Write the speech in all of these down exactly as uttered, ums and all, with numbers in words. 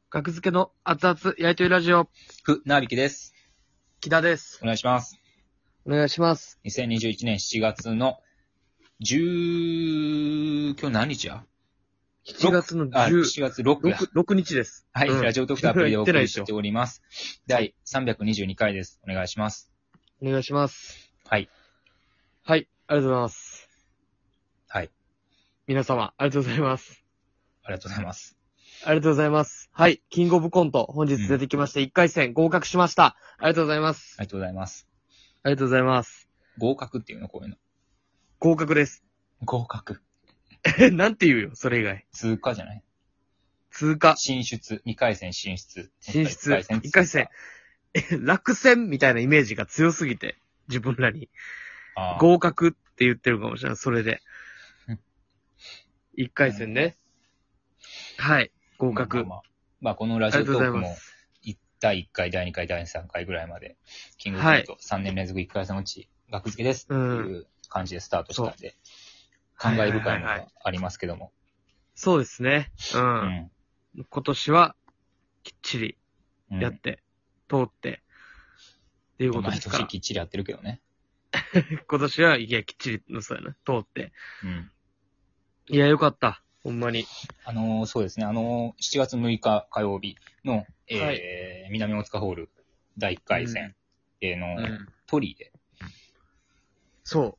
格付けの熱々焼いとりラジオ、 ふ、なびきです。 木田です。 お願いします。 お願いします。 にせんにじゅういちねんしちがつのじゅう、今日何日やしちがつのあ、 じゅうしちがつろくや。 ろくにちです。 はい、 うんラジオトークとアプリでお送りし言ってております。だいさんびゃくにじゅうにかいです。お願いします。 お願いします。 はい。 はい、ありがとうございます。 はい。 皆様、ありがとうございます。 ありがとうございます。 ありがとうございます。はい、キングオブコント、本日出てきまして、いっかい戦合格しました。ありがとうございます。 ありがとうございます。 ありがとうございます。 合格っていうのこういうの。 合格です。 合格。 え、なんて言うよ、それ以外。 通過じゃない通過。 進出。にかい戦進出。 進出。 いっかい戦。 いっかい戦。え、落選みたいなイメージが強すぎて、自分らに。 あー合格って言ってるかもしれない、それでうん。 いっかい戦ね。はい、合格。 まあまあまあ、まあこのラありがとうございジオトークもます。 だいいっかい、だいにかい、だいさんかいぐらいまで、キングオブコントさんねん連続いっかい戦のうち、額付けですっていう感じでスタートしたんで、感慨深いものがありますけども。 そうですね。う。 うんん。 今年は、きっちりうんやって、通って、っていうことで毎すから年。きっちりやってるけどね。 今年は、いや、きっちりの、そうやな、通って。 うん。 いや、よかった。ほんまに。 あのー、そうですね、あのー、しちがつむいか火曜日の、えーはい南大塚ホールだいいっかい戦、えーの、 うん。 トリーで、 そ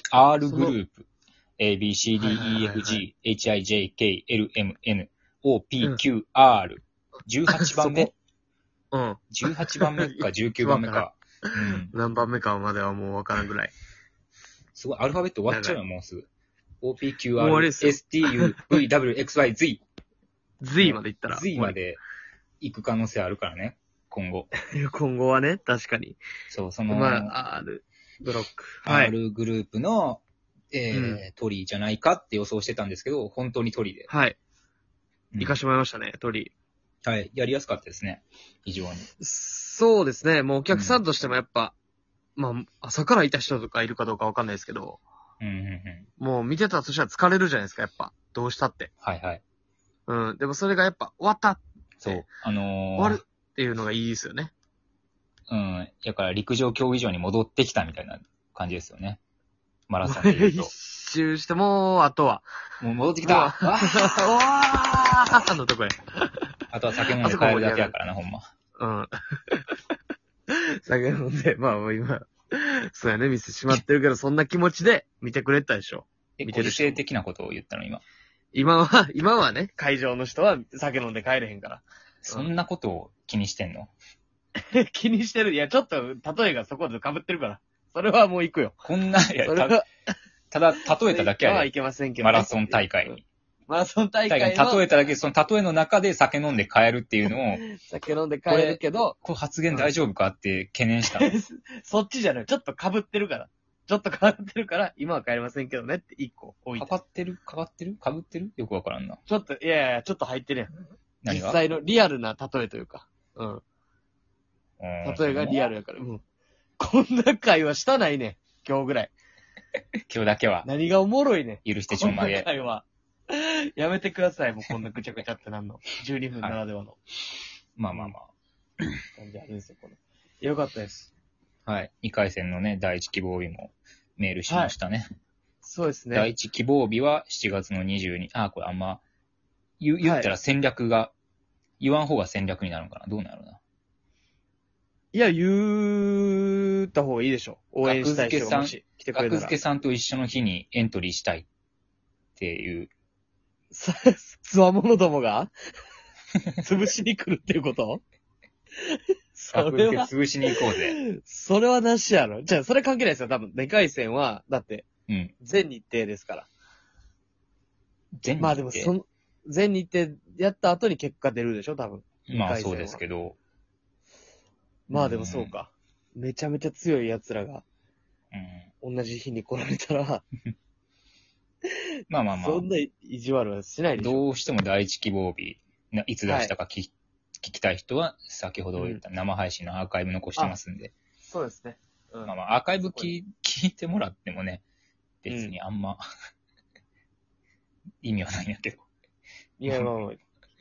R そのグループ、A, B, C, D, はいはいはい E, はい F, G, H, I, J, K, L, M, N, O, P, Q, R、じゅうはちばんめそこう。 じゅうはちばんめかじゅうきゅうばんめか。うん。 うん。何番目かまではもうわからんぐらい。 すごい、アルファベット終わっちゃうよ、もうすぐ。O, P, Q, もう終わ R, りですよ S, T, U, V, W, X, Y, Z。 Z まで行ったら。 Z まで行く可能性あるからね、今後。 今後はね、確かに。 そう、その、 まあ、R、ブロック。はい。 R グループの、えーうんトリーじゃないかって予想してたんですけど、本当にトリーで。 はい。 うん行かしてもらいましたね、鳥。 はい、やりやすかったですね、非常に。 そうですね。もうお客さんとしてもやっぱ、まあ、朝からいた人とかいるかどうかわかんないですけど、 うんうんうん。 もう見てたとしたら疲れるじゃないですか、やっぱ。どうしたって。 はいはい。 うん。でもそれがやっぱ、終わったそう。あのー、 終わるっていうのがいいですよね。 うん。だから陸上競技場に戻ってきたみたいな感じですよね。マラソンで言う一と。 周して、もう、あとは。 もう戻ってきもうたわーおーのとこや。 あとは酒飲んで帰るだけやからな、ほんま。 うん。酒飲んで、まあもう今、そうやね、店閉まってるけど、そんな気持ちで見てくれたでしょ。 え、 見てる人ご時世的なことを言ったの、今。 今は、今はね、会場の人は酒飲んで帰れへんから。 そんなことを気にしてんの気にしてる。いや、ちょっと、例えがそこで被ってるから。それはもう行くよ。 こんな、いや、たそれは、 ただ、例えただけやで。 はいけませんけど、ね。 マラソン大会に。 マラソン大大会の会に例えただけで、その例えの中で酒飲んで帰るっていうのを、 酒飲んで帰るけど、 これ発言大丈夫かって懸念した。 そっちじゃない。ちょっと被ってるから。ちょっと被ってるから、今は帰れませんけどねって一個置いて。 かかってるかかってるかぶってるよくわからんな。 ちょっと、いやいや、ちょっと入ってるやん。 何が実際のリアルな例えというか。うん。 うん例えがリアルやから。うん。こんな会話したないねん。今日ぐらい。 今日だけは何がおもろいねん。 許してちょんまこんなげ。 会話。やめてください。もうこんなぐちゃぐちゃってなんの。じゅうにふんならではのまあまあま感じあるんですよ、これ。よかったです。 あ。はい。にかい戦のね、第一希望日もメールしましたね。 そうですね。 第一希望日はしちがつのにじゅうに、あ、これあんま、言言ったら戦略が、言わん方が戦略になるのかなどうなるな。 いや、言った方がいいでしょ。応援したい人がもし来てくれたら。 学付けさんと一緒の日にエントリーしたいっていう。 さ、つわものどもが潰しに来るっていうことそ学れは、 付け潰しに行こうぜ。 それはなしやろ。じゃあ、それ関係ないですよ。多分、にかい戦は、だって、 うん。 全日程ですから。 全日程まあでも、その、全日程やった後に結果出るでしょ、多分。 まあそうですけど。 まあでもそうか。めちゃめちゃ強い奴らが、 うん。 同じ日に来られたら、 まあまあまあそんな意地悪はしないでしょ。 どうしても第一希望日、ないつ出したか聞,、聞きたい人は、先ほど言った生配信のアーカイブ残してますんで。 そうですね。うん、 まあまあ、アーカイブ聞聞いてもらってもね、別にあんま、意味はないんやけど。 いや、まあまあ、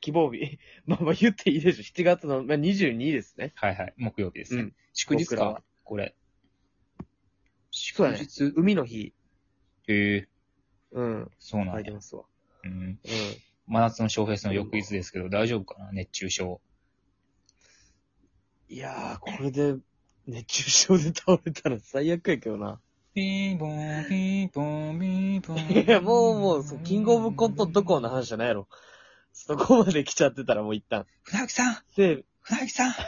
希望日。まあまあ言っていいでしょ。しちがつの、まあ、にじゅうにですね。 はいはい。木曜日ですね。 うん祝日か僕らは。 これ。 そうだね。 祝日海の日。 へえ、 うん。 そうなんや。 書いてますわ。 うん。 うん。 真夏の小フェスの翌日ですけど、大丈夫かな熱中症。 いやー、これで、熱中症で倒れたら最悪やけどな。 ピーボーン、ピーボーン、ピーボーン。 いや、もうもう、そうキングオブコントどこの話じゃないやろ。そこまで来ちゃってたらもう一旦。 船木さんで、 船木さん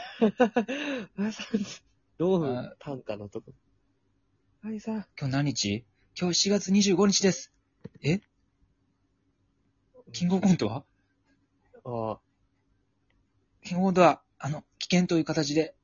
どう短歌のとこ。はいさ。 今日何日今日しがつにじゅうごにちです。えキングオブコントはああ。 キングオブコントは、あの、危険という形で。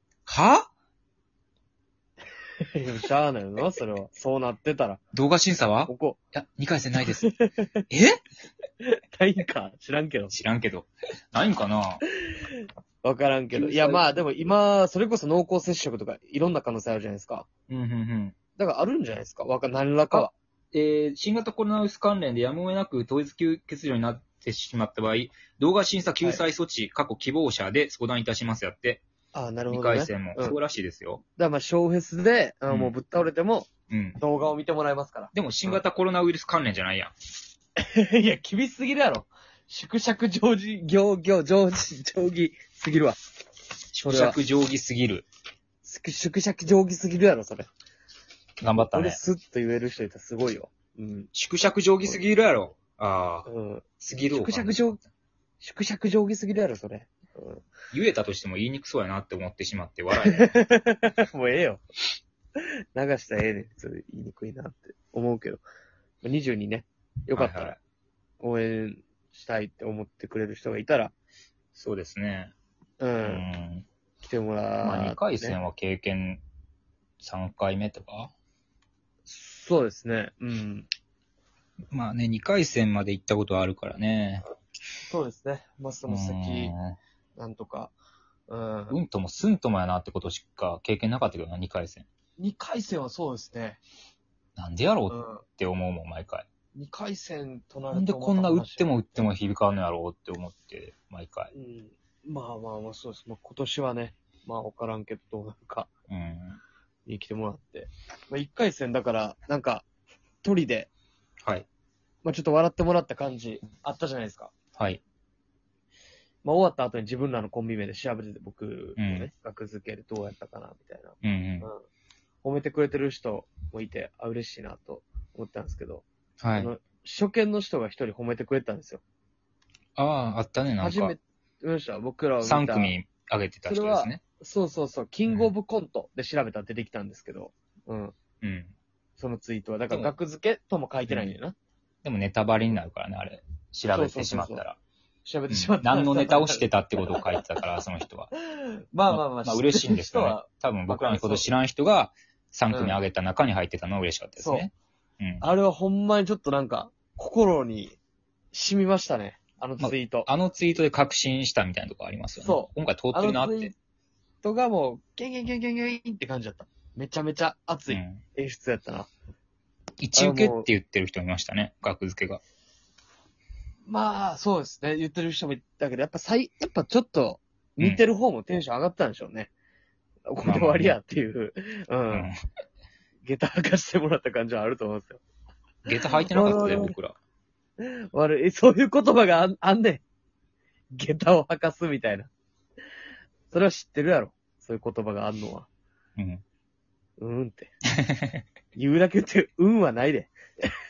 はいや、しゃあないよな、それは。そうなってたら。 動画審査はここ。 いや、にかい戦ないです。えないんか知らんけど。 知らんけど。ないんかなわからんけど。いや、まあ、でも今、それこそ濃厚接触とか、いろんな可能性あるじゃないですか。 うん、うん、うん。 だからあるんじゃないですか。わか、何らかは。 えー、新型コロナウイルス関連でやむを得なく統一欠場になってしまった場合、動画審査救済措置、過去希望者で相談いたしますやって。 ああ、なるほ 2 ど、ね。 回戦も。 うん。だかそうらしいですよ。 らまあ、小フェスで、あのうんもうぶっ倒れても、 うん。 動画を見てもらえますかでも新型コロナウイルス関連じゃないやん。 ら。いや、厳しすぎるやろ。縮尺定規、行、行、定規、定規すぎるわ。 縮尺定規すぎる。 縮縮尺定規すぎるやろ、それ。 頑張ったね。 これスッと言える人いたらすごいよ。うん。 縮尺定規すぎるやろ。ああ。 うん。 すぎるを縮尺定規、縮尺定規すぎるやろ、それ。うん。 言えたとしても言いにくそうやなって思ってしまって笑えもうええよ。流したらええねん。それ言いにくいなって思うけど。にじゅうにね。よかったはいはいら応援したいって思ってくれる人がいたら、 そうですね。 う。 うんん。 来てもらまあにかい戦ね。 は経験さんかいめとかそうですね。うん。 まあね、にかい戦まで行ったことはあるからね。 そうですね。マストのう先、 んなんとか。うん。 うんともすんともやなってことしか経験なかったけどな、にかい戦。 にかい戦はそうですね。 なんでやろううん。 って思うもん、毎回。 にかい戦となると。 なんでこんな打っても打っても響かんのやろうって思って、毎回。 うん。まあまあまあ、そうです。まあ今年はね、まあわからんけどどうなるか。 うん。 に来てもらって。まあ、いっかい戦だから、なんか、一人で、 はい。 まあちょっと笑ってもらった感じあったじゃないですか。 はい。 まあ終わった後に自分らのコンビ名で調べてて、僕のね、 うん額付けでどうやったかな、みたいな。 うんうん。 うん。褒めてくれてる人もいて、あ、嬉しいなと思ったんですけど、 はい。 あの、初見の人が一人褒めてくれたんですよ。 ああ、あったね、なんか。 初めて、ました僕らを見た。 さん組上げてた人ですね。 そうそうそう、キングオブコントで調べたら出てきたんですけど、うん。 うん。 そのツイートは。だからでも額付けとも書いてないんだよな。 でもネタバレになるからね、あれ。調べてしまったら。 調べてしうんまったら。 何のネタをしてたってことを書いてたから、その人は。 まあまあまあ、 まあ嬉しいんですけどね知ってる人は。 多分僕らのこと知らん人がさん組上げた中に入ってたのは嬉しかったですね。うん。 あれはほんまにちょっとなんか、心に染みましたね。あのツイート。 あのツイートで確信したみたいなとこありますよね。 そう今回通ってるなっあのツイーて。 トがもう、ゲンゲンゲンゲンゲンって感じだった。めちゃめちゃ熱いうん。 演出やったな。 一受けって言ってる人いましたね、額付けが。 まあ、そうですね。言ってる人もいたけど、やっぱ最、やっぱちょっと、見てる方もテンション上がったんでしょうね。これで終わりやっていう、う。 うんん。 下駄履かしてもらった感じはあると思うんですよ。 下駄履いてなかったで、僕ら。 悪い。そういう言葉があんあんねん。下駄を履かすみたいな。それは知ってるやろ。そういう言葉があんのは。 うん。 うーんって。言うだけ言って、うんはないで。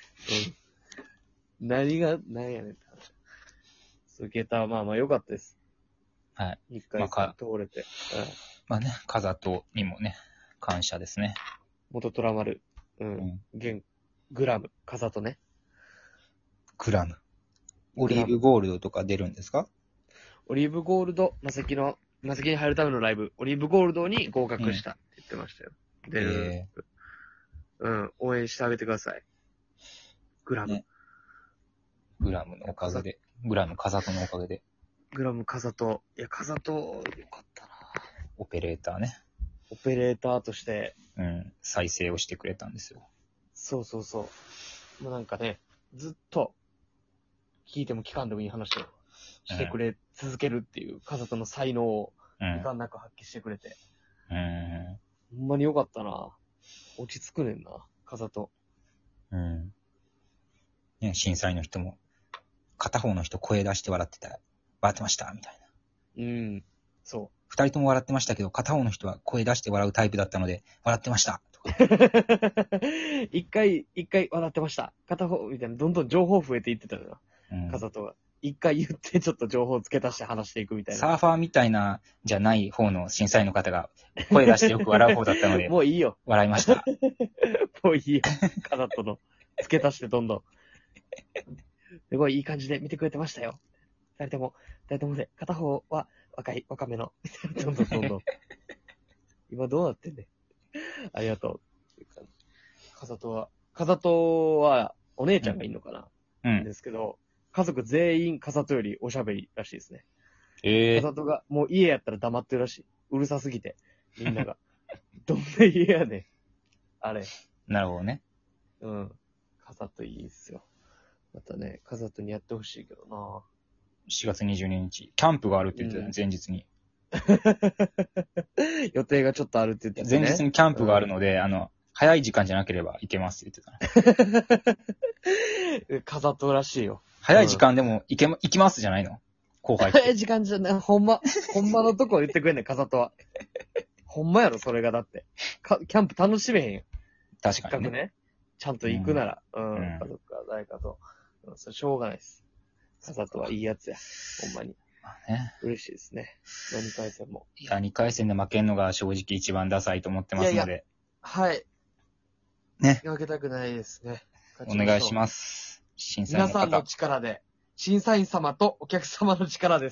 うん。何が、何やねんって話。そう、下駄はまあまあ良かったです。 はい。 一回まあか通れて。うん。 まあね、風とにもね、感謝ですね。 元トラマル。う。 うんん。 現、グラム。風とね。 グラム。オリーブゴールドとか出るんですか？ オリーブゴールド、マセキの、マセキに入るためのライブ、オリーブゴールドに合格したって言ってましたよ。出る。 えうん。応援してあげてください。グラム。 ねー、グラムのおかげで、グラム風とのおかげで、 グラム風と、いや、風と、よかったな。 オペレーターね、 オペレーターとして、 うん、再生をしてくれたんですよ。 そうそうそう。もうなんかね、ずっと、聞いても聞かんでもいい話をしてくれ、続けるっていう、風との才能を、 うんいかんなく発揮してくれて。 うん。 ほんまによかったな。落ち着くねんな、風と。 うん。ね、審査員の人も、片方の人声出して笑ってたら、笑ってましたみたいな。 うん。そ二人とも笑ってましたけど、片方の人は声出して笑うタイプだったので、笑ってましたとか。 う。一回、一回笑ってました。片方、みたいな、どんどん情報増えていってたよな、 うん、 風とは。一回言ってちょっと情報付け足して話していくみたいな。 サーファーみたいな、じゃない方の審査員の方が、声出してよく笑う方だったので、 もういいよ。 笑いました。 もういいよ。風との。付け足してどんどん。すごいいい感じで見てくれてましたよ。二人とも、二人ともで、片方は若い、若めの。どんどんどんどん。今どうなってんねん。ありがとう。風とは、風とはお姉ちゃんがいんのかな、 うんん。 ですけど、家族全員風とよりおしゃべりらしいですね。 ええ風とが、もう家やったら黙ってるらしい。うるさすぎて、みんなが。どんな家やねん。あれ。 なるほどね。 うん。風といいっすよ。またね、風とにやってほしいけどな。 しがつにじゅうににち、キャンプがあるって言ってたね、 うん前日に。 予定がちょっとあるって言ってたね。 前日にキャンプがあるので、あの、早い時間じゃなければ行けますって言ってたね。 風とらしいよ。 早い時間でも行けま、行きますじゃないの後輩って。 早い時間じゃない。ほんま、ほんまのとこ言ってくれんねん、風とは。ほんまやろ、それがだって。か、キャンプ楽しめへんよ。 確かにね。 せっかくね。ちゃんと行くなら。うん。 うん家族か誰かと。うん、それしょうがないです。風とはいいやつや。ほんまに。 まあね。 嬉しいですね。何回戦も。 いや、にかい戦で負けんのが正直一番ダサいと思ってますので、 いやいはい。 ね。 負けたくないですね。 お願いしす。 ます。審査員の皆さんの方。 力で、審査員様とお客様の力で